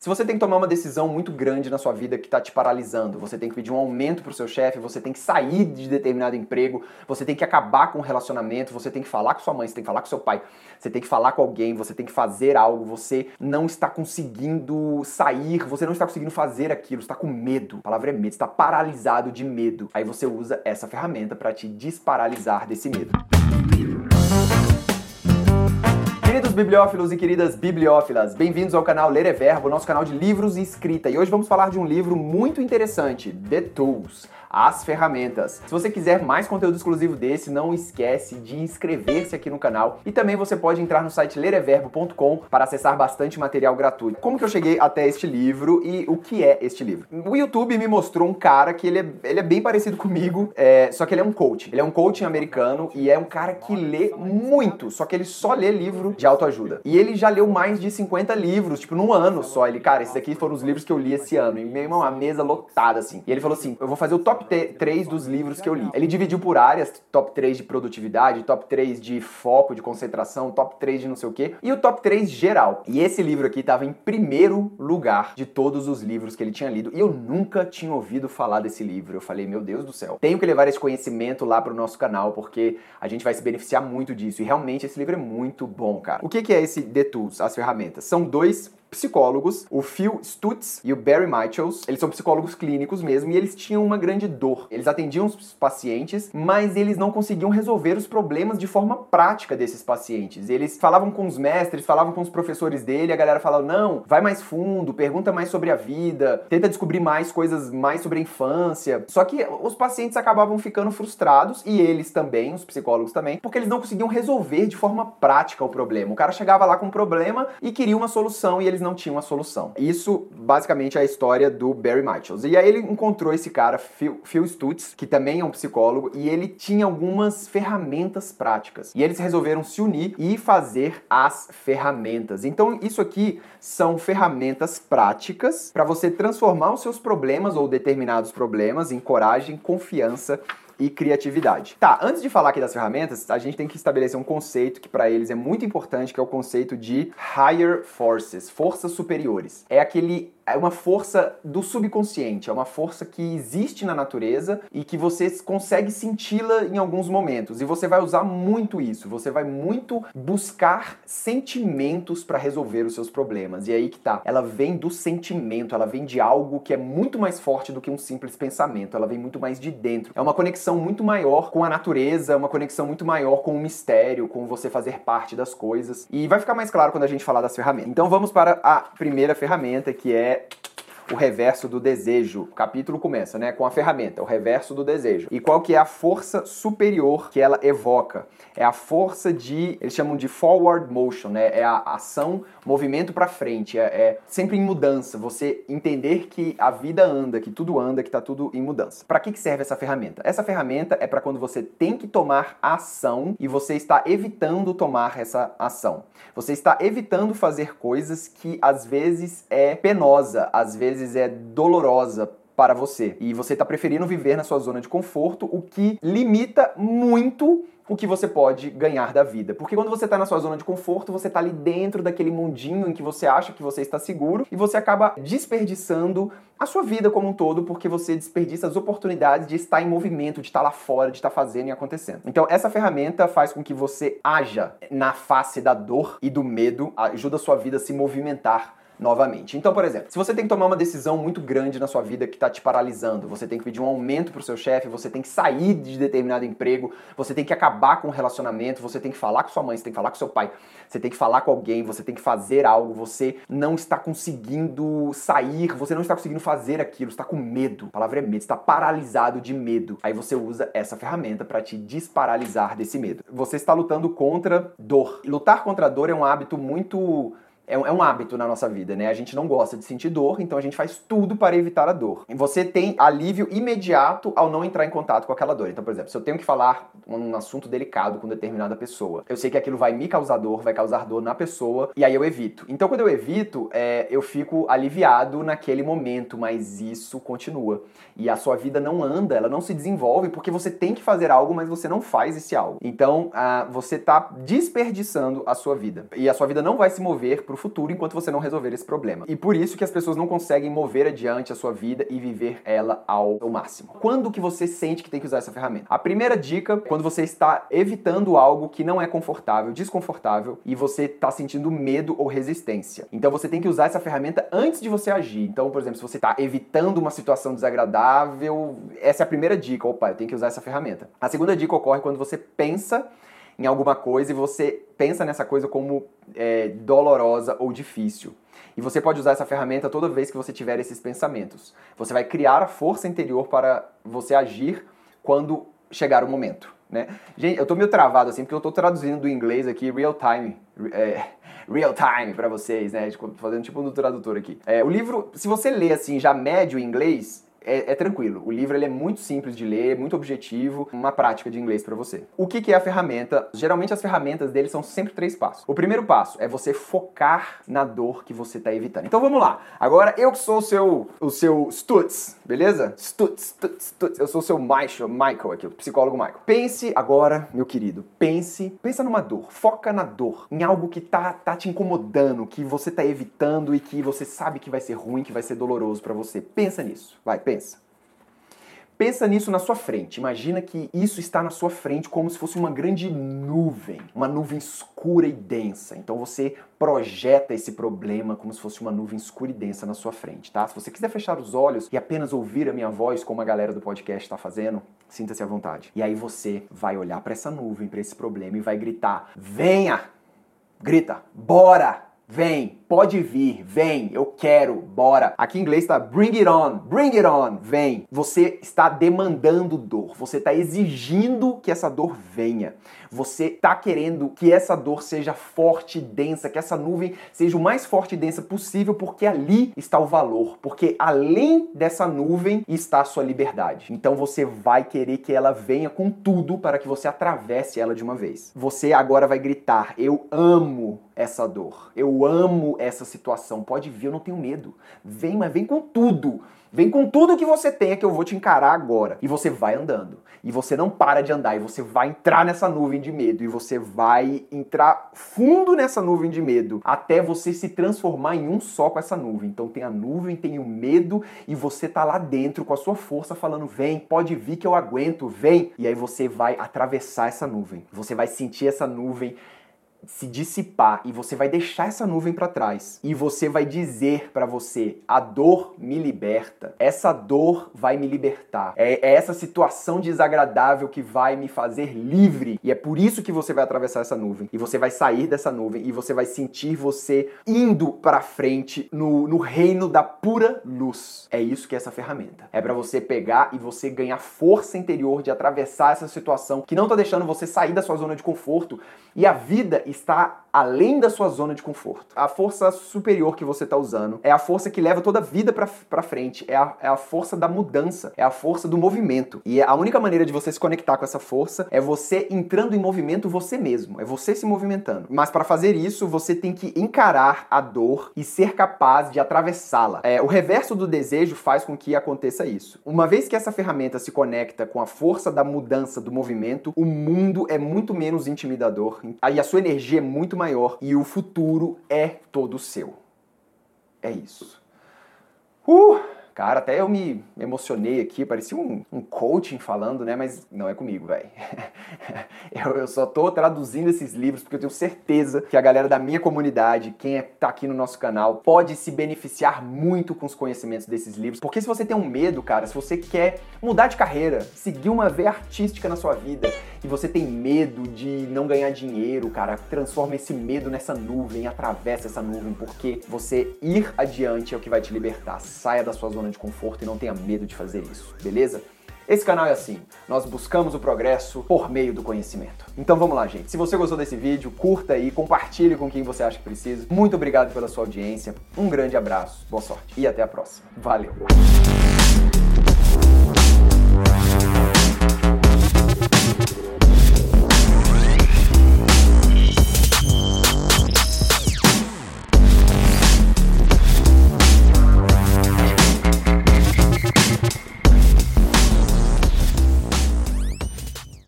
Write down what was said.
Se você tem que tomar uma decisão muito grande na sua vida que está te paralisando, você tem que pedir um aumento para o seu chefe, você tem que sair de determinado emprego, você tem que acabar com um relacionamento, você tem que falar com sua mãe, você tem que falar com seu pai, você tem que falar com alguém, você tem que fazer algo, você não está conseguindo sair, você não está conseguindo fazer aquilo, você está com medo. A palavra é medo, você está paralisado de medo. Aí você usa essa ferramenta para te desparalisar desse medo. Queridos bibliófilos e queridas bibliófilas, bem-vindos ao canal Ler é Verbo, nosso canal de livros e escrita. E hoje vamos falar de um livro muito interessante, The Tools, As Ferramentas. Se você quiser mais conteúdo exclusivo desse, não esquece de inscrever-se aqui no canal. E também você pode entrar no site lereverbo.com para acessar bastante material gratuito. Como que eu cheguei até este livro e o que é este livro? O YouTube me mostrou um cara que ele é bem parecido comigo, só que ele é um coach. Ele é um coaching americano e é um cara que lê muito, só que ele só lê livro de autoajuda. E ele já leu mais de 50 livros, tipo, num ano só. Ele, cara, esses aqui foram os livros que eu li esse ano. E meio uma mesa lotada, assim. E ele falou assim, eu vou fazer o top 3 dos livros que eu li. Ele dividiu por áreas, top 3 de produtividade, top 3 de foco, de concentração, top 3 de não sei o quê, e o top 3 geral. E esse livro aqui estava em primeiro lugar de todos os livros que ele tinha lido. E eu nunca tinha ouvido falar desse livro. Eu falei, meu Deus do céu, tenho que levar esse conhecimento lá pro nosso canal, porque a gente vai se beneficiar muito disso. E realmente esse livro é muito bom, cara. O que é esse The Tools, as ferramentas? São dois psicólogos, o Phil Stutz e o Barry Michels. Eles são psicólogos clínicos mesmo e eles tinham uma grande dor. Eles atendiam os pacientes, mas eles não conseguiam resolver os problemas de forma prática desses pacientes. Eles falavam com os mestres, falavam com os professores dele, a galera falava, não, vai mais fundo, pergunta mais sobre a vida, tenta descobrir mais coisas mais sobre a infância. Só que os pacientes acabavam ficando frustrados, e eles também, os psicólogos também, porque eles não conseguiam resolver de forma prática o problema. O cara chegava lá com um problema e queria uma solução, e eles não tinham a solução. Isso, basicamente, é a história do Barry Michels. E aí ele encontrou esse cara, Phil Stutz, que também é um psicólogo, e ele tinha algumas ferramentas práticas. E eles resolveram se unir e fazer as ferramentas. Então, isso aqui são ferramentas práticas para você transformar os seus problemas ou determinados problemas em coragem, confiança e criatividade. Tá, antes de falar aqui das ferramentas, a gente tem que estabelecer um conceito que para eles é muito importante, que é o conceito de higher forces, forças superiores. É uma força do subconsciente, é uma força que existe na natureza e que você consegue senti-la em alguns momentos. E você vai usar muito isso, você vai muito buscar sentimentos para resolver os seus problemas. E aí que tá, ela vem do sentimento, ela vem de algo que é muito mais forte do que um simples pensamento, ela vem muito mais de dentro. É uma conexão muito maior com a natureza, uma conexão muito maior com o mistério, com você fazer parte das coisas. E vai ficar mais claro quando a gente falar das ferramentas. Então vamos para a primeira ferramenta, que é o reverso do desejo. O capítulo começa, né, com a ferramenta, o reverso do desejo. E qual que é a força superior que ela evoca? É a força eles chamam de forward motion, né? É a ação, movimento para frente, é sempre em mudança. Você entender que a vida anda, que tudo anda, que tá tudo em mudança. Para que serve essa ferramenta? Essa ferramenta é para quando você tem que tomar ação e você está evitando tomar essa ação. Você está evitando fazer coisas que às vezes é penosa, às vezes é dolorosa para você. E você está preferindo viver na sua zona de conforto, o que limita muito o que você pode ganhar da vida. Porque quando você está na sua zona de conforto, você está ali dentro daquele mundinho em que você acha que você está seguro e você acaba desperdiçando a sua vida como um todo, porque você desperdiça as oportunidades de estar em movimento, de estar lá fora, de estar fazendo e acontecendo. Então essa ferramenta faz com que você haja na face da dor e do medo, ajuda a sua vida a se movimentar novamente. Então, por exemplo, se você tem que tomar uma decisão muito grande na sua vida que está te paralisando, você tem que pedir um aumento para o seu chefe, você tem que sair de determinado emprego, você tem que acabar com um relacionamento, você tem que falar com sua mãe, você tem que falar com seu pai, você tem que falar com alguém, você tem que fazer algo, você não está conseguindo sair, você não está conseguindo fazer aquilo, você está com medo. A palavra é medo, você está paralisado de medo. Aí você usa essa ferramenta para te desparalisar desse medo. Você está lutando contra dor. Lutar contra a dor é um hábito muito... É um hábito na nossa vida, né? A gente não gosta de sentir dor, então a gente faz tudo para evitar a dor. E você tem alívio imediato ao não entrar em contato com aquela dor. Então, por exemplo, se eu tenho que falar um assunto delicado com determinada pessoa, eu sei que aquilo vai me causar dor, vai causar dor na pessoa, e aí eu evito. Então, quando eu evito, eu fico aliviado naquele momento, mas isso continua. E a sua vida não anda, ela não se desenvolve, porque você tem que fazer algo, mas você não faz esse algo. Então, você tá desperdiçando a sua vida. E a sua vida não vai se mover pro futuro enquanto você não resolver esse problema. E por isso que as pessoas não conseguem mover adiante a sua vida e viver ela ao máximo. Quando que você sente que tem que usar essa ferramenta? A primeira dica, quando você está evitando algo que não é confortável, desconfortável, e você está sentindo medo ou resistência. Então você tem que usar essa ferramenta antes de você agir. Então, por exemplo, se você está evitando uma situação desagradável, essa é a primeira dica. Opa, eu tenho que usar essa ferramenta. A segunda dica ocorre quando você pensa em alguma coisa e você pensa nessa coisa como dolorosa ou difícil. E você pode usar essa ferramenta toda vez que você tiver esses pensamentos. Você vai criar a força interior para você agir quando chegar o momento, né? Gente, eu tô meio travado assim, porque eu tô traduzindo do inglês aqui, real time pra vocês, né? Fazendo tipo um tradutor aqui. O livro, se você ler assim, já médio em inglês, é tranquilo. O livro ele é muito simples de ler, muito objetivo, uma prática de inglês pra você. O que é a ferramenta? Geralmente as ferramentas dele são sempre 3 passos. O primeiro passo é você focar na dor que você tá evitando. Então vamos lá. Agora eu que sou o seu Stutz, beleza? Stutz. Eu sou o seu Michael aqui, o psicólogo Michael. Pense agora, meu querido, pensa numa dor. Foca na dor, em algo que tá te incomodando, que você tá evitando e que você sabe que vai ser ruim, que vai ser doloroso pra você. Pensa nisso. Vai, Pensa nisso na sua frente. Imagina que isso está na sua frente como se fosse uma grande nuvem. Uma nuvem escura e densa. Então você projeta esse problema como se fosse uma nuvem escura e densa na sua frente, tá? Se você quiser fechar os olhos e apenas ouvir a minha voz, como a galera do podcast está fazendo, sinta-se à vontade. E aí você vai olhar para essa nuvem, para esse problema e vai gritar: venha! Grita, bora! Vem, pode vir, vem, eu quero, bora. Aqui em inglês tá bring it on, vem. Você está demandando dor, você está exigindo que essa dor venha. Você está querendo que essa dor seja forte e densa, que essa nuvem seja o mais forte e densa possível, porque ali está o valor, porque além dessa nuvem está a sua liberdade. Então você vai querer que ela venha com tudo para que você atravesse ela de uma vez. Você agora vai gritar: eu amo essa dor, eu amo essa situação, pode vir, eu não tenho medo. Vem, mas vem com tudo. Vem com tudo que você tenha que eu vou te encarar agora. E você vai andando. E você não para de andar. E você vai entrar nessa nuvem de medo. E você vai entrar fundo nessa nuvem de medo. Até você se transformar em um só com essa nuvem. Então tem a nuvem, tem o medo. E você tá lá dentro com a sua força falando: vem, pode vir que eu aguento, vem. E aí você vai atravessar essa nuvem. Você vai sentir essa nuvem se dissipar e você vai deixar essa nuvem para trás e você vai dizer para você: a dor me liberta, essa dor vai me libertar, é essa situação desagradável que vai me fazer livre. E é por isso que você vai atravessar essa nuvem e você vai sair dessa nuvem e você vai sentir você indo para frente no reino da pura luz. É isso que é essa ferramenta, é para você pegar e você ganhar força interior de atravessar essa situação que não tá deixando você sair da sua zona de conforto. E a vida está além da sua zona de conforto. A força superior que você está usando é a força que leva toda a vida para frente, é a força da mudança, é a força do movimento. E a única maneira de você se conectar com essa força é você entrando em movimento você mesmo, é você se movimentando. Mas para fazer isso, você tem que encarar a dor e ser capaz de atravessá-la. O reverso do desejo faz com que aconteça isso. Uma vez que essa ferramenta se conecta com a força da mudança, do movimento, o mundo é muito menos intimidador. Aí a sua energia é muito maior e o futuro é todo seu. É isso. Cara, até eu me emocionei aqui, parecia um coaching falando, né? Mas não é comigo, velho. Eu só tô traduzindo esses livros porque eu tenho certeza que a galera da minha comunidade, quem tá aqui no nosso canal, pode se beneficiar muito com os conhecimentos desses livros. Porque se você tem um medo, cara, se você quer mudar de carreira, seguir uma veia artística na sua vida, e você tem medo de não ganhar dinheiro, cara, transforma esse medo nessa nuvem, atravessa essa nuvem, porque você ir adiante é o que vai te libertar. Saia da sua zona de conforto e não tenha medo de fazer isso, beleza? Esse canal é assim, nós buscamos o progresso por meio do conhecimento. Então vamos lá, gente. Se você gostou desse vídeo, curta aí, compartilhe com quem você acha que precisa. Muito obrigado pela sua audiência, um grande abraço, boa sorte e até a próxima. Valeu!